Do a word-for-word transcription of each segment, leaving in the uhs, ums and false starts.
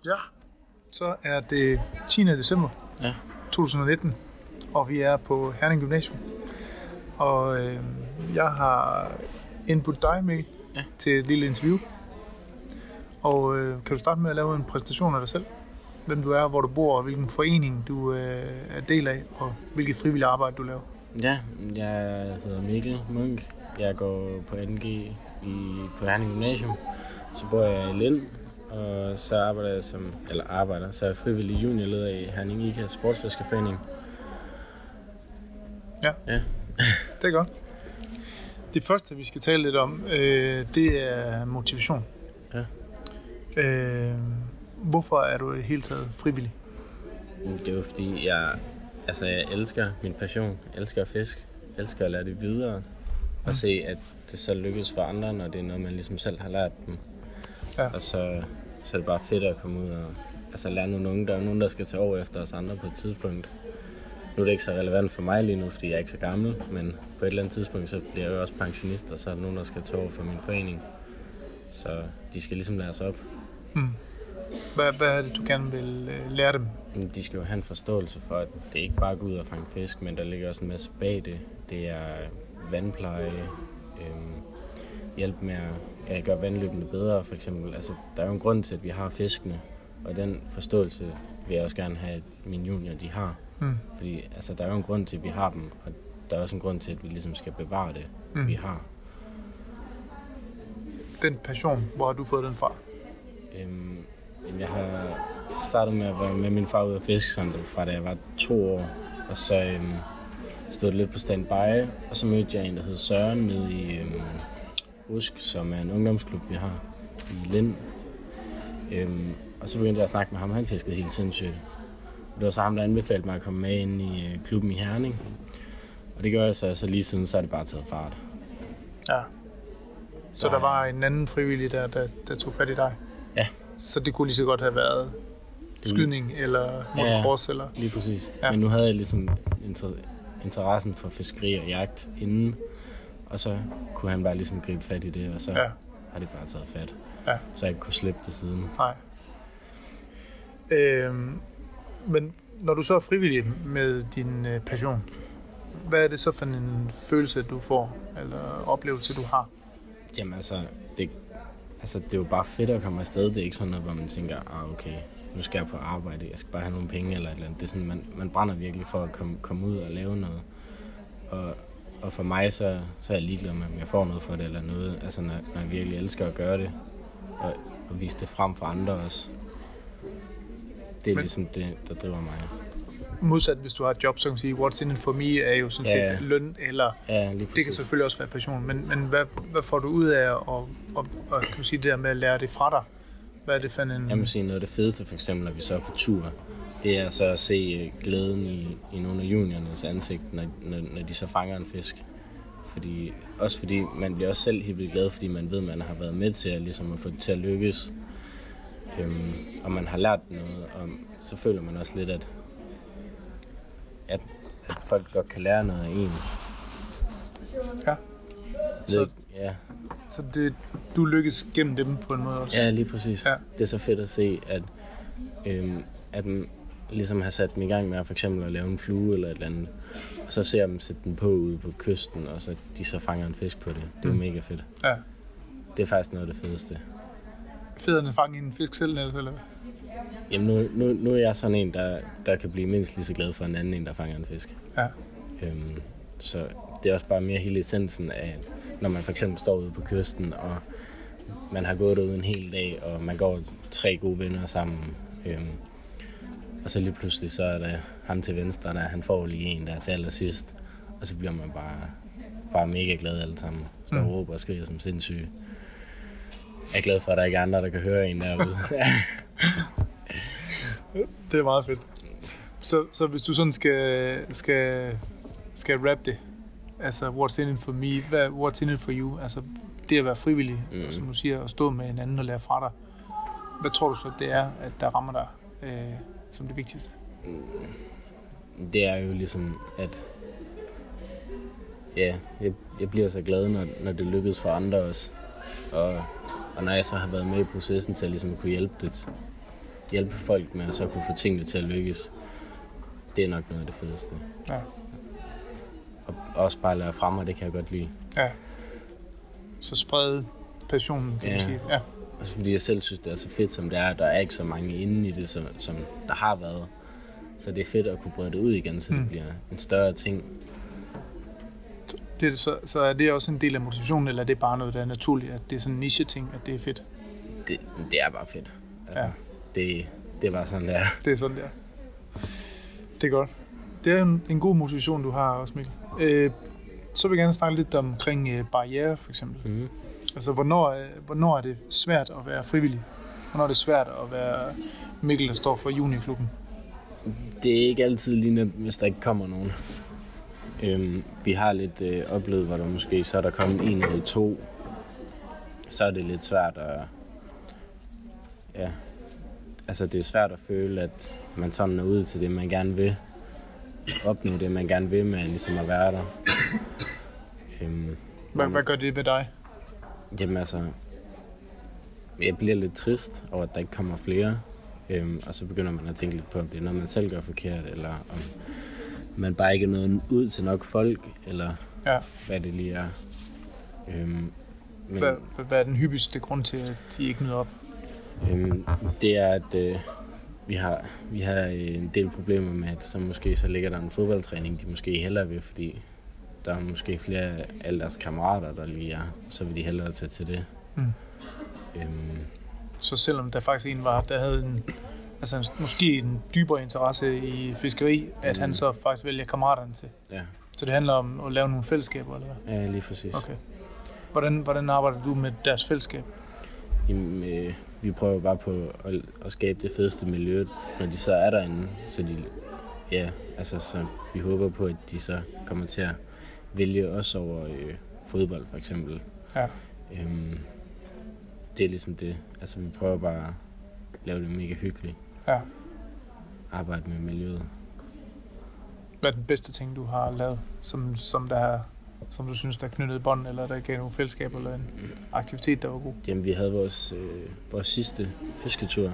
Ja, så er det tiende december ja. to tusind nitten, og vi er på Herning Gymnasium. Og øh, jeg har indbudt dig, Mikkel, ja. til et lille interview. Og øh, kan du starte med at lave en præsentation af dig selv? Hvem du er, hvor du bor, og hvilken forening du øh, er del af, og hvilket frivilligt arbejde du laver? Ja, jeg hedder Mikkel Munk. Jeg går på N G i, på Herning Gymnasium. Så bor jeg i Lind, og så arbejder jeg som, eller arbejder, så er jeg frivillig juniorleder i Herning I K A Sportsfiskerforening. Ja, ja. det er godt. Det første, vi skal tale lidt om, øh, det er motivation. Ja. Øh, hvorfor er du i hele taget frivillig? Det er jo fordi, jeg, altså jeg elsker min passion. Jeg elsker at fiske. Jeg elsker at lære det videre. Og se, at det så lykkes for andre, når det er noget, man ligesom selv har lært dem. Ja. Og så, så er det bare fedt at komme ud og altså lære nogle unge. Der er nogen, der skal tage over efter os andre på et tidspunkt. Nu er det ikke så relevant for mig lige nu, fordi jeg er ikke så gammel. Men på et eller andet tidspunkt, så bliver jeg jo også pensionist, og så er der nogen, der skal tage over for min forening. Så de skal ligesom lære sig op. Hmm. Hvad, hvad er det, du gerne vil øh, lære dem? De skal jo have en forståelse for, at det ikke bare går ud og fange fisk, men der ligger også en masse bag det. Det er vandpleje, øhm, hjælp med at ja, gøre vandløbene bedre, for eksempel. Altså, der er jo en grund til, at vi har fiskene, og den forståelse vil jeg også gerne have, at mine junior de har. Mm. Fordi altså, der er jo en grund til, at vi har dem, og der er også en grund til, at vi ligesom skal bevare det, mm. vi har. Den passion, hvor har du fået den fra? Øhm, jeg har startet med at være med min far ud af fiske, sådan fra da jeg var to år, og så øhm, stod lidt på standby, og så mødte jeg en, der hed Søren, nede i øhm, Rusk, som er en ungdomsklub, vi har i Lind. Øhm, og så begyndte jeg at snakke med ham, han fiskede helt sindssygt. Og det var så ham, der anbefalede mig at komme med ind i øh, klubben i Herning. Og det gør jeg så, så lige siden, så er det bare taget fart. Ja. Så, så der var en anden frivillig, der, der, der tog fat i dig? Ja. Så det kunne lige så godt have været skydning eller motocross? Ja, eller? lige præcis. Ja. Men nu havde jeg ligesom inter- interessen for fiskeri og jagt inden, og så kunne han bare ligesom gribe fat i det, og så ja. har det bare taget fat. Ja. Så jeg ikke kunne slippe det siden. Nej. Øhm, men når du så er frivillig med din øh, passion, hvad er det så for en følelse, du får, eller oplevelse, du har? Jamen altså, det, altså, det er jo bare fedt at komme afsted. Det er ikke sådan noget, hvor man tænker, ah okay, nu skal jeg på arbejde, jeg skal bare have nogle penge eller et eller andet. Det er sådan, man, man brænder virkelig for at komme, komme ud og lave noget. Og, og for mig, så, så er jeg ligeglad med, om jeg får noget for det eller noget. Altså, når, når jeg virkelig elsker at gøre det, og, og vise det frem for andre også. Det er Men, ligesom det, der driver mig. Modsat, hvis du har et job, så kan man sige, what's in it for me er jo sådan ja, set løn, eller ja, det kan selvfølgelig også være passion. Men, men hvad, hvad får du ud af at og, og, og, kan du sige, det der med at lære det fra dig? Hvad er det for en... Jeg må sige, noget af det fedeste, for eksempel, når vi så er på tur, det er så at se glæden i, i nogle af juniornes ansigt, når, når, når de så fanger en fisk. Fordi, også fordi man bliver også selv helt vildt glad, fordi man ved, at man har været med til at, ligesom, at få det til at lykkes. Øhm, og man har lært noget, og så føler man også lidt, at, at, at folk godt kan lære noget af en. Ja. Så, ja. så det, du lykkes gennem dem på en måde også? Ja, lige præcis. Ja. Det er så fedt at se, at, øhm, at man ligesom har sat dem i gang med at for eksempel at lave en flue eller et eller andet. Og så ser dem sætte den på ude på kysten, og så de så fanger en fisk på det. Det er jo mm. mega fedt. Ja. Det er faktisk noget af det fedeste. Federne fanger en fisk selv, eller hvad? Jamen nu, nu, nu er jeg sådan en, der, der kan blive mindst lige så glad for en anden en, der fanger en fisk. Ja. Øhm, så det er også bare mere hele essensen af, når man for eksempel står ude på kysten, og man har gået derude en hel dag, og man går tre gode venner sammen. Øhm, og så lige pludselig, så er der ham til venstre, der han får lige en, der er til allersidst. Og så bliver man bare, bare mega glad alle sammen. Så mm. råber og skriger som sindssyge. Jeg er glad for, at der ikke er andre, der kan høre en derude. Det er meget fedt. Så, så hvis du sådan skal, skal, skal rap det, altså what's in it for me, hvad, what's in it for you, altså det at være frivillig, mm. som du siger, at stå med en anden og lære fra dig, hvad tror du så, det er, at der rammer dig øh, som det vigtigste? Det er jo ligesom, at ja, jeg, jeg bliver så glad, når, når det lykkes for andre også. Og, og når jeg så har været med i processen til at, ligesom at kunne hjælpe det hjælpe folk med at så kunne få tingene til at lykkes, det er nok noget af det fedeste. Ja. Og også bare lære frem, og det kan jeg godt lide. Ja. Så sprede passionen, kan ja. man sige. Ja. Også fordi jeg selv synes, det er så fedt, som det er. Der er ikke så mange inde i det, som, som der har været. Så det er fedt at kunne brede det ud igen, så mm. det bliver en større ting. Det, så, så er det også en del af motivationen, eller er det bare noget, der er naturligt, at det er sådan en niche-ting, at det er fedt? Det, det er bare fedt. Altså, ja. det, det er bare sådan, det er. Det er sådan, det er. Det er godt. Det er en, en god motivation, du har også, Mikkel. Øh, så vil jeg gerne snakke lidt omkring øh, barriere, for eksempel. Mm. Altså, hvornår, øh, hvornår er det svært at være frivillig? Hvornår er det svært at være Mikkel, der står for juniorklubben? Det er ikke altid lige nemt, hvis der ikke kommer nogen. Øhm, vi har lidt øh, oplevet, hvor der måske så er der kommet en eller to. Så er det lidt svært at... Ja, altså det er svært at føle, at man sådan er ude til det, man gerne vil. Opnå det, man gerne vil med ligesom at være der. øhm, hvad, hvad gør det ved dig? Jamen altså... Jeg bliver lidt trist over, at der ikke kommer flere. Øhm, og så begynder man at tænke lidt på, om det er noget, man selv gør forkert, eller om man bare ikke er nået ud til nok folk, eller ja. hvad det lige er. Øhm, men, hvad, hvad er den hyppigste grund til, at de ikke møder op? Øhm, det er, at øh, vi har, vi har en del problemer med, at så måske så ligger der en fodboldtræning, de måske hellere vil, fordi der er måske flere af alle deres kammerater, der lige er, så vil de hellere tage til det. Mm. Øhm, Så selvom der faktisk en var, der havde en, altså måske en dybere interesse i fiskeri, at mm. han så faktisk vælger kammeraterne til. Ja. Så det handler om at lave nogle fællesskaber, eller hvad? Ja, lige præcis. Okay. Hvordan, hvordan arbejder du med deres fællesskab? Jamen, øh, vi prøver bare på at, at skabe det fedeste miljø, når de så er derinde. Så de, ja, altså, så vi håber på, at de så kommer til at vælge os over øh, fodbold, for eksempel. Ja. Øhm, det er ligesom det. Altså, vi prøver bare at lave det mega hyggeligt. Ja. Arbejde med miljøet. Hvad er den bedste ting, du har lavet, som, som, der er, som du synes, der knyttede bånd, eller der gav nogle fællesskaber, eller en aktivitet, der var god? Jamen, vi havde vores, øh, vores sidste fisketur.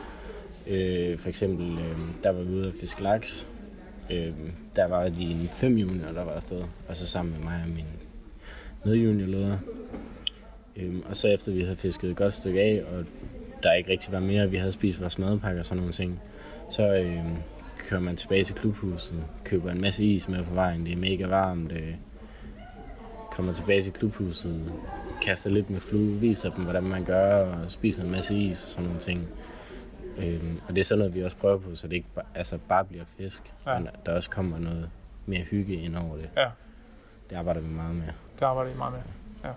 Øh, for eksempel, øh, der var vi ude at fiske laks. Øh, der var de en fem junior, der var afsted. Og så sammen med mig og min medjuniorleder. Øh, og så efter vi havde fisket et godt stykke af, og der ikke rigtig var mere, vi havde spist vores madpakke og sådan nogle ting, så øh, kører man tilbage til klubhuset, køber en masse is med på vejen, det er mega varmt, øh, kommer tilbage til klubhuset, kaster lidt med flue, viser dem, hvordan man gør, og spiser en masse is og sådan nogle ting. Øh, og det er sådan noget, vi også prøver på, så det ikke bare, altså bare bliver fisk, ja. Men der også kommer noget mere hygge ind over det. Ja. Det arbejder vi meget med. Det arbejder vi meget med, ja.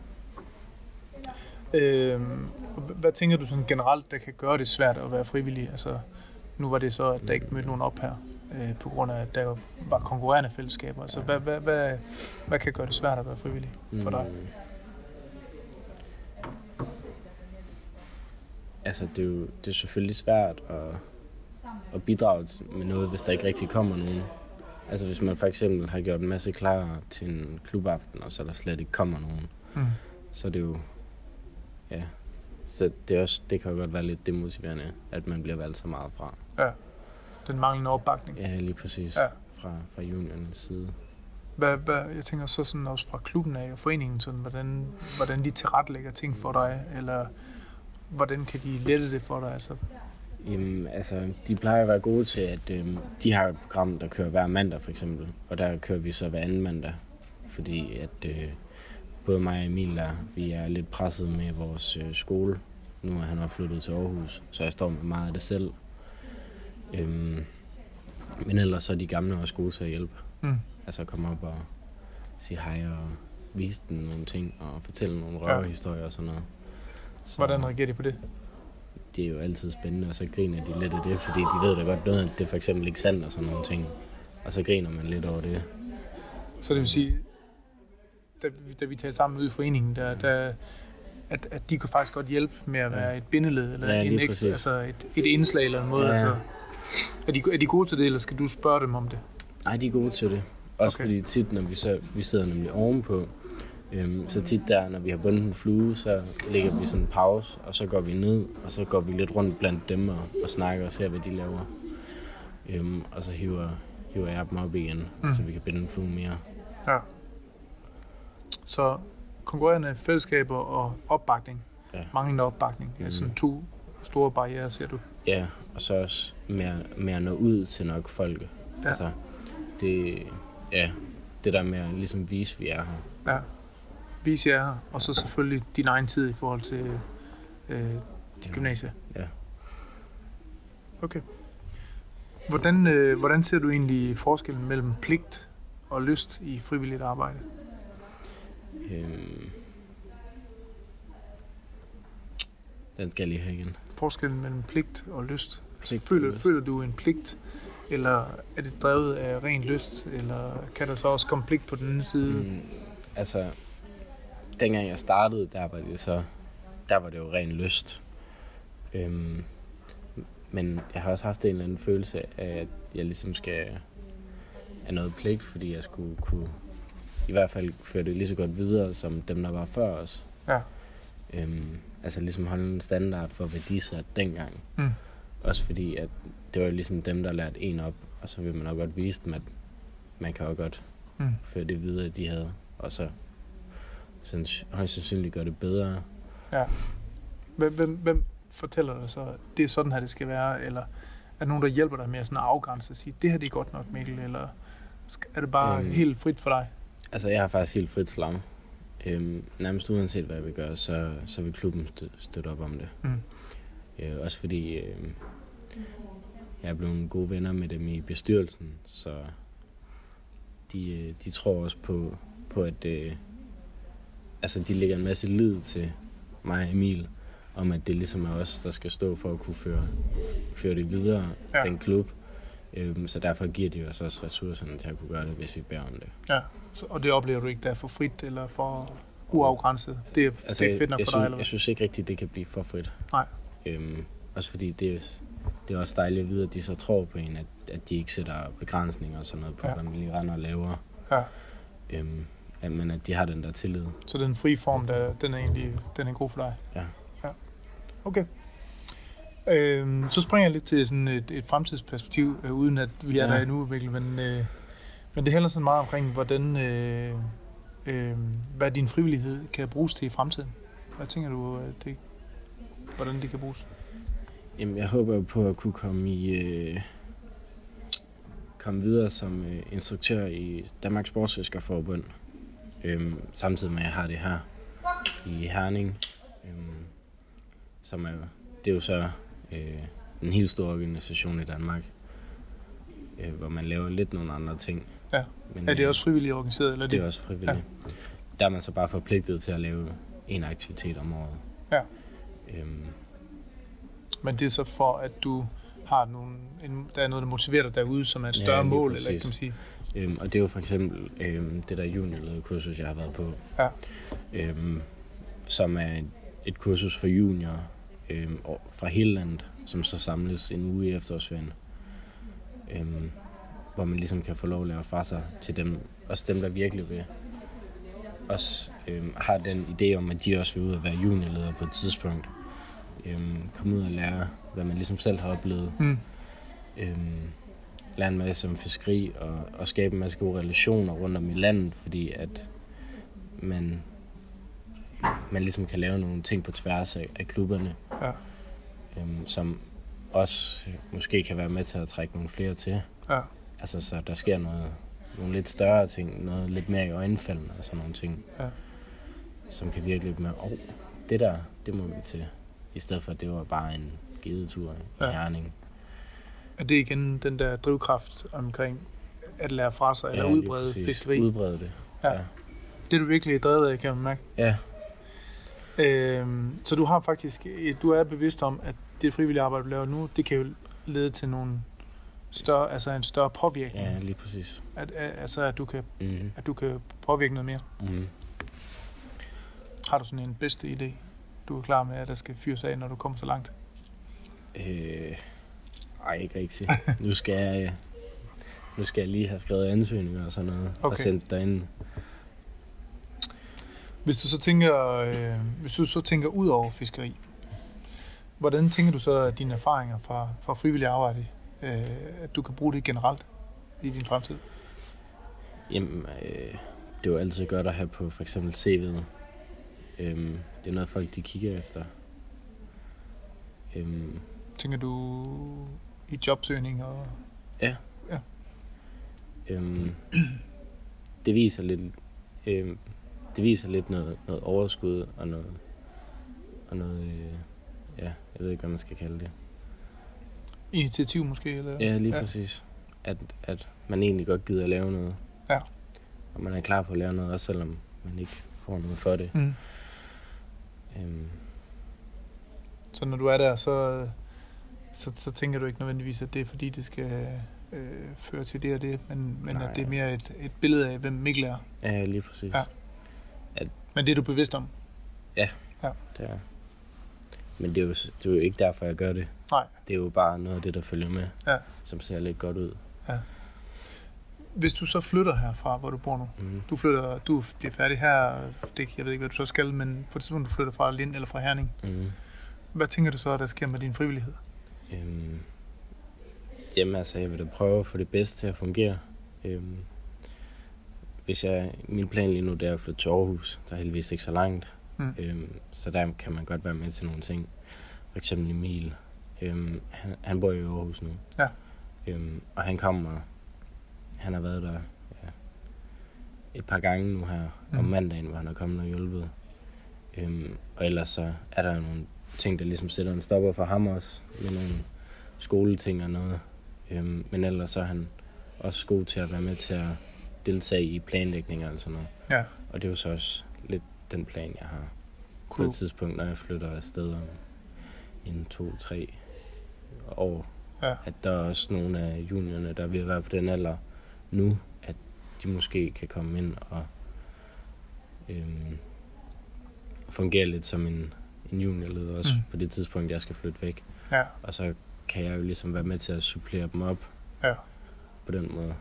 Øhm, hvad tænker du sådan generelt, der kan gøre det svært at være frivillig? Altså, nu var det så, at der ikke mødte nogen op her, øh, på grund af, at der var konkurrerende fællesskaber. Altså, hvad, hvad, hvad, hvad kan gøre det svært at være frivillig for dig? Mm. Altså, det er jo det er selvfølgelig svært at, at bidrage med noget, hvis der ikke rigtig kommer nogen. Altså, hvis man for eksempel har gjort en masse klar til en klubaften, og så der slet ikke kommer nogen, mm. så er det jo... Ja, så det, er også, det kan jo godt være lidt demotiverende, at man bliver valgt så meget fra. Ja, den manglende opbakning. Ja, lige præcis. Ja. Fra, fra juniorens side. Hvad, hvad, jeg tænker så sådan også fra klubben af og foreningen, sådan, hvordan, hvordan de tilrettelægger ting for dig, eller hvordan kan de lette det for dig? Altså? Jamen, altså, de plejer at være gode til, at øhm, de har et program, der kører hver mandag for eksempel, og der kører vi så hver anden mandag, fordi at... Øh, Både mig og Emil der, vi er lidt presset med vores øh, skole. Nu er han også flyttet til Aarhus, så jeg står med meget af det selv. Øhm, men ellers så er de gamle også gode til at hjælpe. Mm. Altså komme op og sige hej og vise dem nogle ting og fortælle nogle røverhistorier og sådan noget. Så, hvordan reagerer de på det? Det er jo altid spændende, og så griner de lidt af det, fordi de ved da godt noget, at det er for eksempel ikke sandt og sådan nogle ting. Og så griner man lidt over det. Så det vil sige... Da, da vi talte sammen ude i foreningen, der, der, at, at de kunne faktisk godt hjælpe med at være et bindeled, eller ja, en ekstra, altså et, et indslag eller en måde. Ja. Altså, er, de, er de gode til det, eller skal du spørge dem om det? Nej, de er gode til det. Også okay. Fordi tit, når vi, så, vi sidder nemlig ovenpå, Øhm, så tit der, når vi har bundet en flue, så lægger vi sådan en pause, og så går vi ned, og så går vi lidt rundt blandt dem og, og snakker og ser, hvad de laver. Øhm, og så hiver, hiver jeg dem op igen, mm. så vi kan binde en flue mere. Ja. Så konkurrerende fællesskaber og opbakning, ja. Manglende opbakning, mm. er sådan to store barrierer, ser du? Ja, og så også med, med at nå ud til nok folk. Ja. Altså, det, ja, det der med at ligesom vise, vi er her. Ja, vise jer her, og så selvfølgelig din egen tid i forhold til øh, de gymnasier. Ja. Okay. Hvordan, øh, hvordan ser du egentlig forskellen mellem pligt og lyst i frivilligt arbejde? Øhm, den skal jeg lige have igen. Forskellen mellem pligt og lyst. Altså, Pligt føler, og lyst. føler du en pligt, eller er det drevet af ren lyst, eller kan der så også komme pligt på den anden side? Mm, altså, dengang jeg startede, der var det så, der var det jo ren lyst. Øhm, men jeg har også haft en eller anden følelse af, at jeg ligesom skal have noget pligt, fordi jeg skulle kunne i hvert fald føre det lige så godt videre, som dem, der var før os. Ja. Øhm, altså ligesom holde en standard for, hvad de satte dengang. Mm. Også fordi, at det var jo ligesom dem, der lærte en op, og så vil man nok godt vise dem, at man kan jo godt mm. føre det videre, de havde, og så synes, højst sandsynligt gøre det bedre. Ja. Hvem, hvem, hvem fortæller dig så, at det er sådan her, det skal være, eller er der nogen, der hjælper dig med at sådan afgrænse og sige, det her det er godt nok, Mikkel, eller er det bare øhm, helt frit for dig? Altså, jeg har faktisk helt frit slag. Øhm, nærmest uanset hvad vi gør, så, så vil klubben stø- støtte op om det. Mm. Øh, også fordi øh, jeg er blevet gode venner med dem i bestyrelsen, så de, de tror også på, på at øh, altså, de lægger en masse lid til mig og Emil, om at det ligesom er os, der skal stå for at kunne føre, føre det videre, ja. Den klub. Øhm, så derfor giver de os også ressourcerne til at kunne gøre det, hvis vi beder om det. Ja, så, og det oplever du ikke, der er for frit eller for uafgrænset? Det er, altså, det er fedt nok jeg, for synes, dig, eller hvad? Jeg synes ikke rigtigt, det kan blive for frit. Nej. Øhm, også fordi det er, det er også dejligt at vide, at de så tror på en, at, at de ikke sætter begrænsninger og sådan noget på, ja. Hvad man lige render og laver. Ja. Øhm, at, men at de har den der tillid. Så den frie form, der, den er egentlig den er god for dig? Ja. Ja. Okay. Øhm, så springer jeg lidt til sådan et, et fremtidsperspektiv, øh, uden at vi er ja. Der endnu, Mikkel, men, øh, men det handler sådan meget omkring, hvordan, øh, øh, hvad din frivillighed kan bruges til i fremtiden. Hvad tænker du, det, hvordan det kan bruges? Jamen, jeg håber jo på at kunne komme i øh, komme videre som øh, instruktør i Danmarks Sportsfiskerforbund, øh, samtidig med at jeg har det her i Herning, øh, som er det er jo så øh, en helt stor organisation i Danmark, øh, hvor man laver lidt nogle andre ting. Ja. Men, er det også frivilligt organiseret? Eller det er også frivilligt. Ja. Der er man så bare forpligtet til at lave en aktivitet om året. Ja. Øhm. Men det er så for, at du har nogle, en, der er noget, der motiverer dig derude, som er et større ja, mål, eller kan man sige? Øhm, og det er jo for eksempel øhm, det der juniorledede kursus, jeg har været på. Ja. Øhm, som er et, et kursus for junior øhm, fra hele landet, som så samles en uge i efterårsferien. Øhm, hvor man ligesom kan få lov at lave fra sig til dem, også dem, der virkelig vil. Også øhm, har den idé om, at de også vil ud og være juniorledere på et tidspunkt. Øhm, komme ud og lære, hvad man ligesom selv har oplevet. Mm. Øhm, lære en masse om fiskeri og, og skabe en masse gode relationer rundt om i landet, fordi at man, man ligesom kan lave nogle ting på tværs af, af klubberne, ja. øhm, som også måske kan være med til at trække nogle flere til. Ja. Altså, så der sker noget, nogle lidt større ting, noget lidt mere i øjenfaldene og sådan nogle ting, ja. Som kan virke lidt med, åh, oh, det der, det må vi til. I stedet for, at det var bare en gedetur i ja. Herning. Er det igen den der drivkraft omkring at lære fra sig, eller ja, udbrede fiskeri? Udbrede det, ja. ja. Det er du virkelig drevet af, kan man mærke? Ja. Øhm, så du har faktisk, du er bevidst om, at det frivillige arbejde, du laver nu, det kan jo lede til nogle større, altså en større påvirkning. Ja, lige præcis. At, altså, at du kan, mm-hmm. at du kan påvirke noget mere. Mm-hmm. Har du sådan en bedste idé, du er klar med, at der skal fyres af, når du kommer så langt? Øh, ej, ikke rigtigt. nu skal jeg, nu skal jeg lige have skrevet ansøgninger og sådan noget, okay. Og sendt derinde. Hvis du så tænker, øh, hvis du så tænker ud over fiskeri, hvordan tænker du så, at dine erfaringer fra, fra frivillig arbejde, øh, at du kan bruge det generelt i din fremtid? Jamen, øh, det er jo altid godt at have på for eksempel C V'et. Øhm, det er noget, folk de kigger efter. Øhm, Tænker du i jobsøgning og... Ja. Ja. Øhm, det viser lidt, øhm, det viser lidt noget, noget overskud og noget, og noget, øh, ja, jeg ved ikke, hvad man skal kalde det. Initiativ måske? Eller? Ja, lige ja. præcis. At, at man egentlig godt gider at lave noget. Ja. Og man er klar på at lave noget, også selvom man ikke får noget for det. Mm. Øhm. Så når du er der, så, så, så tænker du ikke nødvendigvis, at det er fordi, det skal øh, føre til det og det, men, men at det er mere et, et billede af, hvem Mikkel er. Ja, lige præcis. Ja. At, men det er du bevidst om? Ja, ja. Det er. Men det er, jo, det er jo ikke derfor, jeg gør det. Nej. Det er jo bare noget af det, der følger med, ja. Som ser lidt godt ud. Ja. Hvis du så flytter herfra, hvor du bor nu, mm. du flytter, du bliver færdig her, det, jeg ved ikke, hvad du så skal, men på det tidspunkt, du flytter fra Lind eller fra Herning, mm. hvad tænker du så, der sker med din frivillighed? Øhm, jamen altså, jeg vil da prøve at få det bedste til at fungere. Øhm, hvis jeg, min plan lige nu, det er at flytte til Aarhus, der er heldigvis ikke så langt, mm. øhm, så der kan man godt være med til nogle ting. For eksempel Emil, øhm, han, han bor i Aarhus nu, ja. øhm, og han kommer, han har været der ja, et par gange nu her, mm. om mandagen, hvor han er kommet og hjulpet. Øhm, og ellers så er der nogle ting, der ligesom sætter en stopper for ham også, med nogle skoleting og noget. Øhm, men ellers så er han også god til at være med til at deltage i planlægning og sådan noget. Ja. Og det er jo så også lidt den plan, jeg har cool. På et tidspunkt, når jeg flytter afsted om en, to, tre år. Ja. At der er også nogle af juniorerne, der vil være på den alder nu, at de måske kan komme ind og øhm, fungere lidt som en, en juniorleder også mm. på det tidspunkt, jeg skal flytte væk. Ja. Og så kan jeg jo ligesom være med til at supplere dem op ja. På den måde.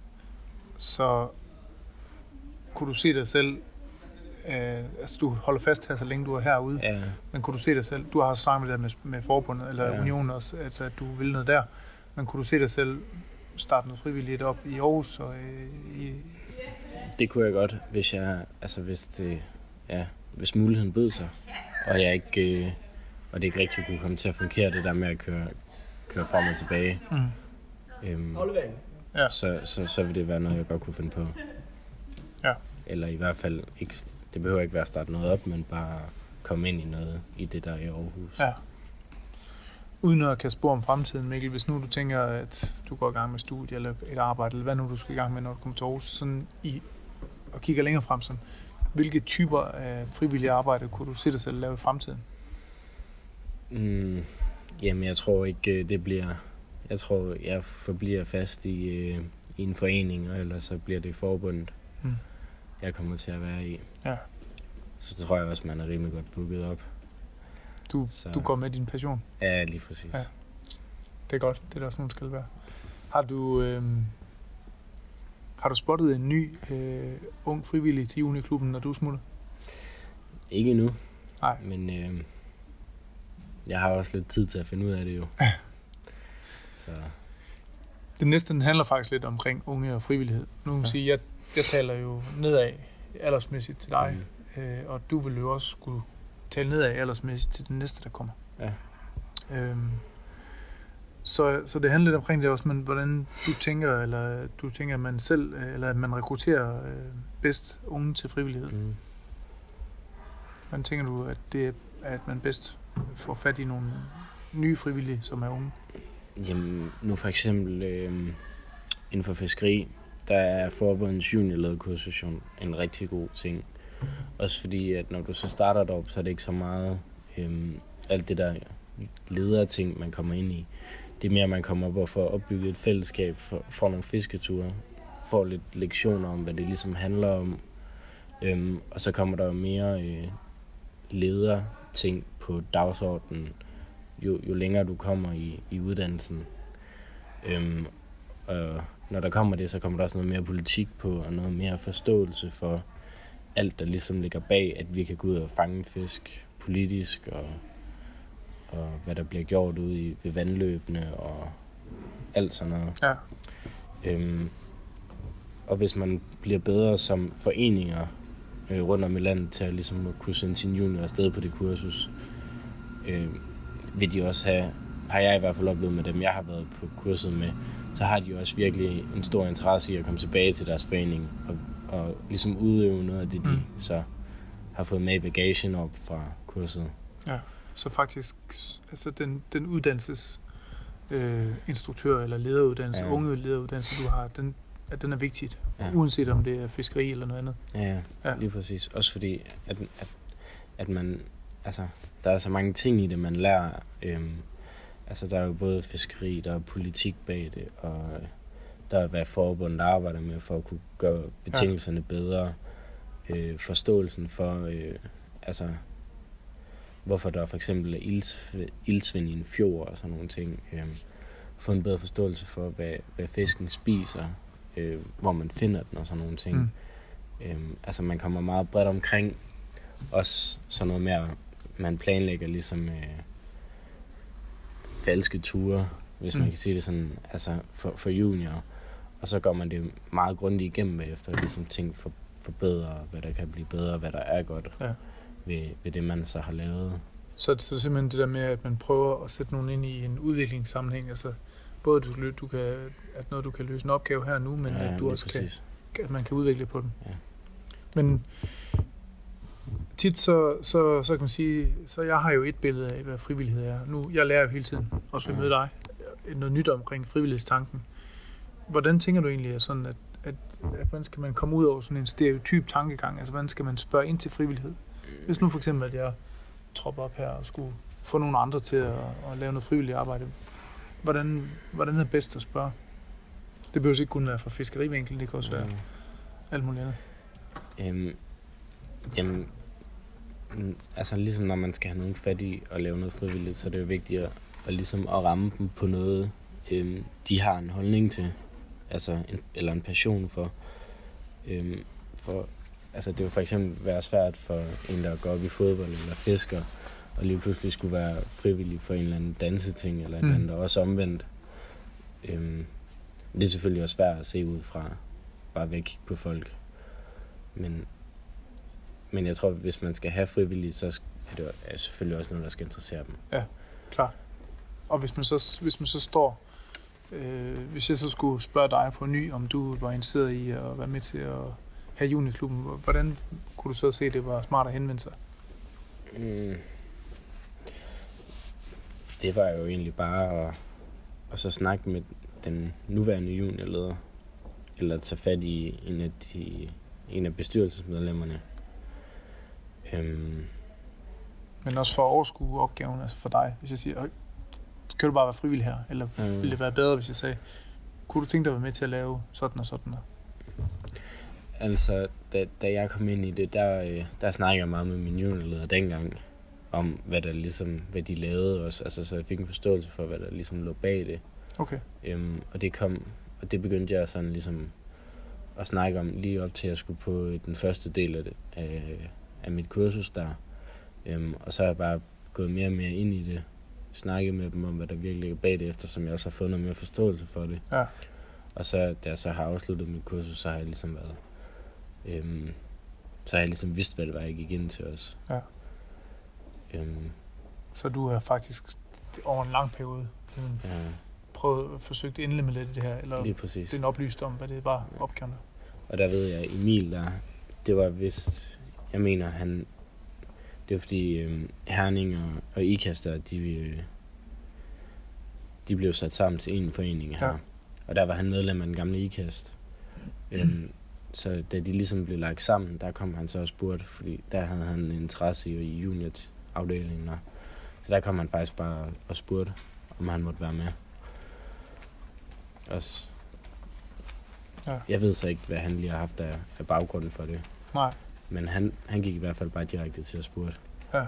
Så kunne du se dig selv, øh, altså du holder fast her, så længe du er herude, ja. Men kunne du se dig selv, du har snakket med, med, med forbundet, eller ja. Unionen også, altså at du vil noget der, men kunne du se dig selv starte noget frivilligt op i Aarhus? Og, øh, i det kunne jeg godt, hvis jeg, altså hvis det, ja, hvis muligheden bød sig, og jeg ikke, øh, og det ikke rigtig kunne komme til at fungere, det der med at køre, køre frem og tilbage. Mm. Øhm, ja. så, så, så vil det være noget, jeg godt kunne finde på. Ja. Eller i hvert fald, ikke, det behøver ikke være at starte noget op, men bare komme ind i noget i det, der er i Aarhus. Ja. Uden at kan spore om fremtiden, Mikkel, hvis nu du tænker, at du går i gang med studie eller et arbejde, eller hvad nu du skal i gang med, når du kommer til Aarhus, sådan i, og kigger længere frem, sådan, hvilke typer af frivillige arbejde kunne du se dig selv lave i fremtiden? Mm, jamen, jeg tror ikke, det bliver... Jeg tror, jeg forbliver fast i, øh, i en forening, og ellers så bliver det forbundet, mm. jeg kommer til at være i. Ja. Så tror jeg også, man er rimelig godt booket op. Du, du går med din passion? Ja, lige præcis. Ja. Det er godt. Det er der også nogen skal være. Har du, øh, har du spottet en ny øh, ung frivillig til Juniklubben, når du smutter? Ikke endnu. Nej. Men øh, jeg har også lidt tid til at finde ud af det jo. Ja. Så. Det næste den handler faktisk lidt omkring unge og frivillighed. Nu kan man ja. sige, jeg, jeg taler jo nedad aldersmæssigt til dig, mm. øh, og du vil jo også skulle tale nedad aldersmæssigt til den næste, der kommer. Ja. Øhm, så, så det handler lidt omkring det også, men hvordan du tænker, eller du tænker, at man selv, eller at man rekrutterer øh, bedst unge til frivillighed. Mm. Hvordan tænker du, at det er, at man bedst får fat i nogle nye frivillige, som er unge? Jamen, nu for eksempel øh, inden for fiskeri, der er forbundets juniorlederkursus en rigtig god ting. Også fordi, at når du så starter derop, så er det ikke så meget øh, alt det der lederting, man kommer ind i. Det er mere, at man kommer op og får opbygget et fællesskab, for, får nogle fisketure, får lidt lektioner om, hvad det ligesom handler om. Øh, og så kommer der jo mere øh, lederting på dagsordenen, Jo, jo længere du kommer i, i uddannelsen. Øhm, og når der kommer det, så kommer der også noget mere politik på, og noget mere forståelse for, alt, der ligesom ligger bag, at vi kan gå ud og fange fisk politisk, og, og hvad der bliver gjort ude i, ved vandløbene, og alt sådan noget. Ja. Øhm, og hvis man bliver bedre som foreninger øh, rundt om i landet til at, ligesom, at kunne sende sine juniorer afsted på det kursus, øh, vil de også have, har jeg i hvert fald oplevet med dem, jeg har været på kurset med, så har de også virkelig en stor interesse i at komme tilbage til deres forening og, og ligesom udøve noget af det, de mm. så har fået med i bagagen op fra kurset. Ja, så faktisk altså den, den uddannelses øh, instruktør eller lederuddannelse, ja. unge lederuddannelse, du har, den, at den er vigtigt, ja. uanset om det er fiskeri eller noget andet. Ja, ja, ja. Lige præcis. Også fordi, at, at, at man, altså, der er så mange ting i det, man lærer. Øhm, altså, der er jo både fiskeri, der er politik bag det, og der er, hvad forbundet arbejder med for at kunne gøre betingelserne ja. bedre. Øh, forståelsen for, øh, altså, hvorfor der for eksempel er ilds, ildsvind i en fjord og sådan nogle ting. Øh, få en bedre forståelse for, hvad, hvad fisken spiser, øh, hvor man finder den og sådan nogle ting. Mm. Øh, altså man kommer meget bredt omkring. Også sådan noget mere, man planlægger ligesom øh, falske ture, hvis mm. man kan sige det sådan, altså for, for junior. Og så går man det meget grundigt igennem bagefter, ligesom ting for, forbedre, hvad der kan blive bedre, hvad der er godt ja. ved, ved det, man så har lavet. Så, så simpelthen det der med, at man prøver at sætte nogen ind i en udviklingssammenhæng, altså både du, du kan, at noget du kan løse en opgave her nu, men ja, at du også præcis. kan, at man kan udvikle på den. Ja. Men tit så, så, så kan man sige, så jeg har jo et billede af, hvad frivillighed er. Nu, jeg lærer jo hele tiden, også ved at møde dig, noget nyt omkring frivillighedstanken. Hvordan tænker du egentlig sådan, at, at, at hvordan skal man komme ud over sådan en stereotyp tankegang? Altså, hvordan skal man spørge ind til frivillighed? Hvis nu for eksempel, at jeg tropper op her og skulle få nogle andre til at, at lave noget frivilligt arbejde, hvordan, hvordan er det bedst at spørge? Det behøver ikke kun være fra fiskerivinklen, det kan også være mm. alt muligt andet. Øhm, jamen, altså ligesom når man skal have nogen fat i at lave noget frivilligt, så er det jo vigtigt at, at, ligesom at ramme dem på noget, øhm, de har en holdning til, altså en, eller en passion for. Øhm, for altså det vil for eksempel være svært for en, der går op i fodbold eller fisker, og lige pludselig skulle være frivillig for en eller anden danseting, eller et mm. eller andet, der også omvendt. Øhm, det er selvfølgelig også svært at se ud fra, bare ved at kigge på folk. Men, men jeg tror, hvis man skal have frivilligt, så er det er selvfølgelig også noget, der skal interessere dem. Ja, klart. Og hvis man så, hvis man så står, øh, hvis jeg så skulle spørge dig på ny, om du var interesseret i at være med til at have juniorklubben, hvordan kunne du så se, at det var smart at henvende sig? Mm. Det var jo egentlig bare at, at så snakke med den nuværende juniorleder, eller tage fat i en af, de, en af bestyrelsesmedlemmerne. Øhm. Men også for at overskue opgaven, altså for dig, hvis jeg siger, kan du bare være frivillig her, eller mm. ville det være bedre, hvis jeg sagde, kunne du tænke dig at være med til at lave sådan og sådan der? Altså, da, da jeg kom ind i det, der, der snakkede jeg meget med min juniorleder dengang, om hvad der ligesom, hvad de lavede også, altså så jeg fik en forståelse for, hvad der ligesom lå bag det. Okay. Øhm, og det kom, og det begyndte jeg sådan ligesom at snakke om lige op til, at jeg skulle på den første del af, det, af, af mit kursus der. Øhm, og så har jeg bare gået mere og mere ind i det, snakket med dem om, hvad der virkelig ligger bag det, eftersom jeg også har fået noget mere forståelse for det. Ja. Og så, da jeg så har afsluttet mit kursus, så har jeg ligesom været, øhm, så har jeg ligesom vidst, hvad det var, jeg gik ind til os. Ja. Øhm, så du har faktisk over en lang periode ja. prøvet, forsøgt endelig med lidt i det her, eller lige præcis. den oplyst om, hvad det var ja. opgaven. Og der ved jeg, Emil, der, det var vist, jeg mener, han, det var fordi øhm, Herning og, og Ikast, de, øh, de blev sat sammen til en forening her. Ja. Og der var han medlem af den gamle Ikast. øhm, så da de ligesom blev lagt sammen, der kom han så og spurgte, fordi der havde han en interesse i junior-afdelingen. Så der kom han faktisk bare og spurgte, om han måtte være med. Også. Ja. Jeg ved så ikke, hvad han lige har haft af, af baggrunden for det. Nej. Men han, han gik i hvert fald bare direkte til at spurgte. Ja.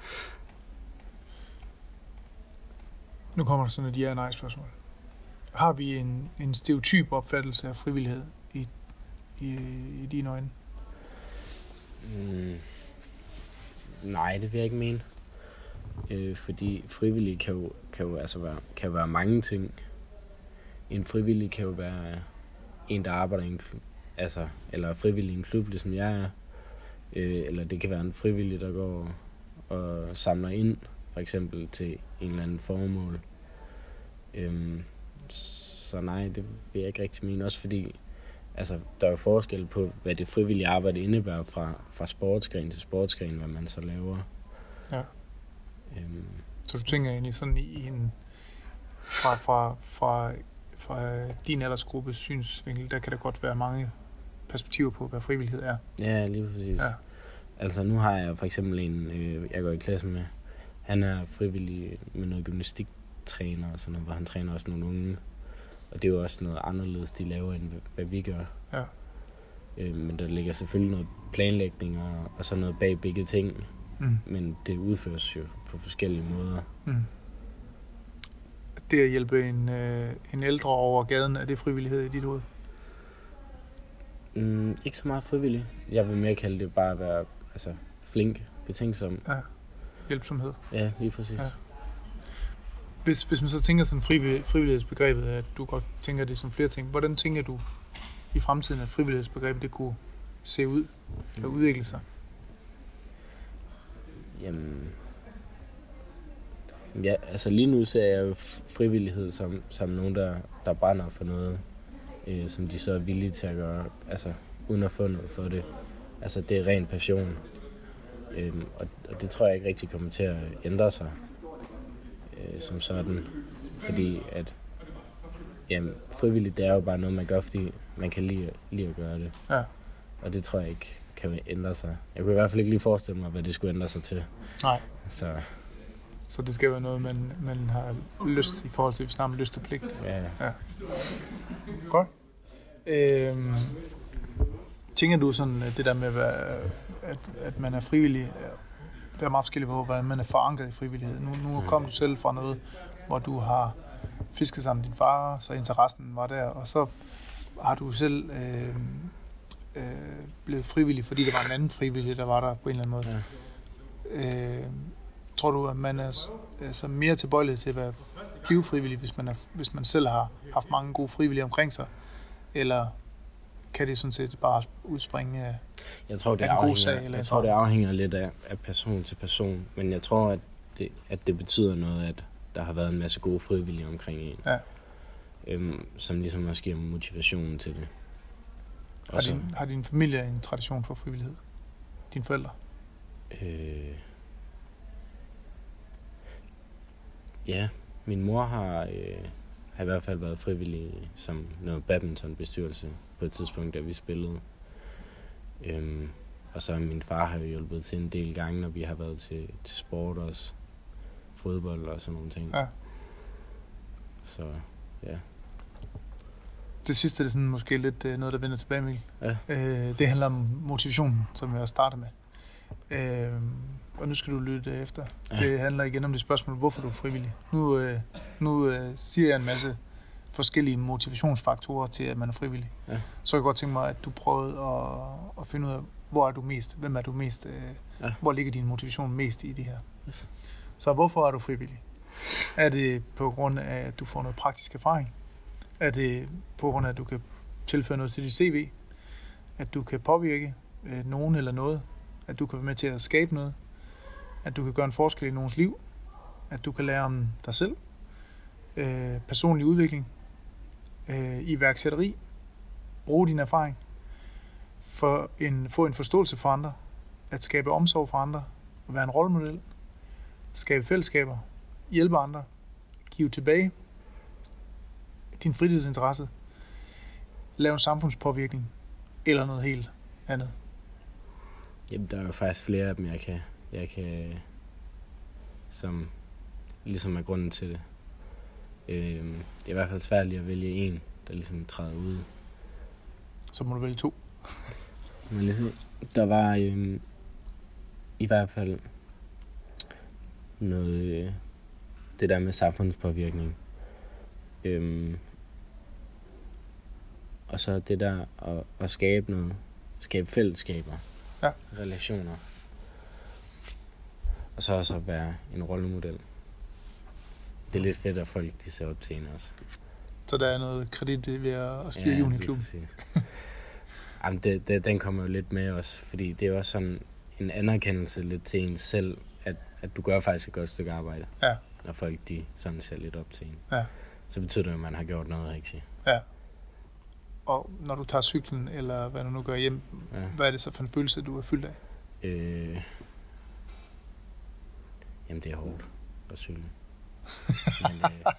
Nu kommer der sådan et ja- og nej-spørgsmål. Har vi en, en stereotyp opfattelse af frivillighed i, i, i dine øjne? Mm, nej, det vil jeg ikke mene. Øh, fordi frivillige kan jo, kan jo altså være, kan være mange ting. En frivillig kan jo være en, der arbejder i en, altså, eller frivillig i en klub, ligesom jeg er. Øh, eller det kan være en frivillig, der går og samler ind, for eksempel til en eller anden formål. Øhm, så nej, det vil jeg ikke rigtig mene. Også fordi, altså, der er jo forskel på, hvad det frivillige arbejde indebærer fra, fra sportsgren til sportsgren, hvad man så laver. Ja. Øhm, så du tænker egentlig sådan i en, fra, fra, fra, fra din aldersgruppes synsvinkel, der kan der godt være mange perspektiver på, hvad frivillighed er. Ja, lige præcis. Ja. Altså nu har jeg for eksempel en, øh, jeg går i klasse med, han er frivillig med noget gymnastiktræner og sådan noget, hvor han træner også nogle unge. Og det er jo også noget anderledes, de laver, end hvad vi gør. Ja. Øh, men der ligger selvfølgelig noget planlægning og, og sådan noget bag begge ting. Mm. Men det udføres jo på forskellige måder. Mm. Det at hjælpe en, øh, en ældre over gaden, er det frivillighed i dit hoved? Mm, ikke så meget frivillig. Jeg vil mere kalde det bare at være altså, flink, betænksom. Ja, hjælpsomhed. Ja, lige præcis. Ja. Hvis, hvis man så tænker sådan frivillig, frivillighedsbegrebet, at du godt tænker det som flere ting, hvordan tænker du i fremtiden, at frivillighedsbegrebet det kunne se ud eller mm. udvikle sig? Jamen, ja, altså lige nu ser jeg jo frivillighed som, som nogen, der, der brænder for noget, øh, som de så er villige til at gøre, altså uden at få noget for det. Altså det er ren passion, øhm, og, og det tror jeg ikke rigtig kommer til at ændre sig øh, som sådan, fordi at jamen, frivilligt det er jo bare noget, man gør, fordi man kan lide, lide at gøre det. Ja. Og det tror jeg ikke kan ændre sig. Jeg kunne i hvert fald ikke lige forestille mig, hvad det skulle ændre sig til. Nej. Så, så det skal være noget, man, man har lyst i forhold til, vi snakker om lyst og pligt. Ja. Ja. Godt. Øhm, tænker du sådan, det der med, at, at man er frivillig, det er meget forskelligt på, hvordan man er forankret i frivillighed. Nu, nu kom du selv fra noget, hvor du har fisket sammen med din far, så interessen var der, og så har du selv øh, øh, blevet frivillig, fordi der var en anden frivillig, der var der på en eller anden måde. Ja. Øh, tror du, at man er altså mere tilbøjelig til at blive frivillig, hvis man, er, hvis man selv har haft mange gode frivillige omkring sig? Eller kan det sådan set bare udspringe af, jeg tror, det af en afhænger, god sag? Eller jeg tror, det afhænger lidt af, af person til person. Men jeg tror, at det, at det betyder noget, at der har været en masse gode frivillige omkring en. Ja. Øhm, som ligesom også giver motivationen til det. Har din, har din familie en tradition for frivillighed? Dine forældre? Øh, ja, min mor har, øh, har i hvert fald været frivillig som noget badmintonbestyrelse på et tidspunkt, da vi spillede. Øhm, og så min far har jo hjulpet til en del gange, når vi har været til, til sport også. Fodbold og sådan nogle ting. Ja. Så, ja. Det sidste er sådan måske lidt øh, noget, der vender tilbage, Mikkel. Ja. Øh, det handler om motivationen, som jeg startede med. Øh, og nu skal du lytte efter. Ja. Det handler igen om det spørgsmål, hvorfor du er frivillig. Nu, øh, nu øh, siger jeg en masse forskellige motivationsfaktorer til, at man er frivillig. Ja. Så kan jeg godt tænke mig, at du prøvede at, at finde ud af, hvor er du mest, hvem er du mest, øh, ja. Hvor ligger din motivation mest i det her. Yes. Så hvorfor er du frivillig? Er det på grund af, at du får noget praktisk erfaring? Er det på grund af, at du kan tilføre noget til dit C V? At du kan påvirke øh, nogen eller noget? At du kan være med til at skabe noget? At du kan gøre en forskel i nogens liv? At du kan lære om dig selv? Øh, personlig udvikling? Øh, iværksætteri? Bruge din erfaring? For en, få en forståelse for andre? At skabe omsorg for andre? At være en rollemodel? Skabe fællesskaber? Hjælpe andre? Give tilbage? Din fritidsinteresse? Lave en samfundspåvirkning? Eller noget helt andet? Jamen, der er jo faktisk flere af dem, jeg kan, jeg kan som ligesom er grunden til det. Øhm, det er i hvert fald svært lige at vælge en, der ligesom træder ud. Så må du vælge to. Men ligesom, der var øhm, i hvert fald noget, øh, det der med samfundspåvirkning. Øhm, og så det der at, at skabe noget, skabe fællesskaber. Ja. Relationer. Og så også at være en rollemodel. Det er lidt fedt, at folk de ser op til en også. Så der er noget kredit ved at styre ja, juniorklubben? Jamen, det, det, den kommer jo lidt med også, fordi det er jo også sådan en anerkendelse lidt til en selv, at, at du gør faktisk et godt stykke arbejde. Ja. Når folk de sådan ser lidt op til en. Ja. Så betyder det, at man har gjort noget rigtigt. Ja. Og når du tager cyklen, eller hvad du nu gør hjem, ja. Hvad er det så for en følelse, du er fyldt af? Øh... Jamen, det er hårdt at cykle. Men, øh...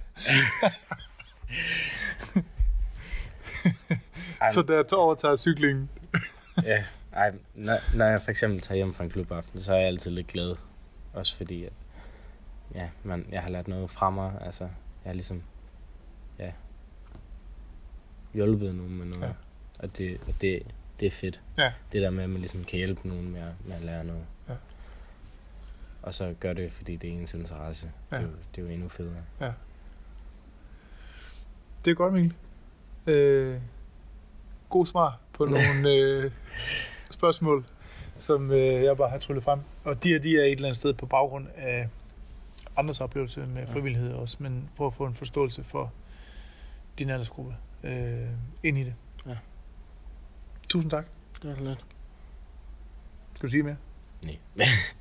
Så der overtager cyklingen? Ja, ej, når, når jeg for eksempel tager hjem fra en klubaften, så er jeg altid lidt glad. Også fordi, at ja, man, jeg har lært noget fra mig. Altså, jeg har ligesom ja, hjulpet nogen med noget. Ja. Og, det, og det, det er fedt. Ja. Det der med, at man ligesom kan hjælpe nogen med at, med at lære noget. Ja. Og så gør det, fordi det er ens interesse. Ja. Det, er jo, det er jo endnu federe. Ja. Det er godt, Mikkel. Øh, god svar på nogle øh, spørgsmål, som øh, jeg bare har tryllet frem. Og de her, de er et eller andet sted på baggrund af andres oplevelse med frivillighed også, men prøv at få en forståelse for din aldersgruppe øh, ind i det. Ja. Tusind tak. Det var så lidt. Skal du sige mere? Nej.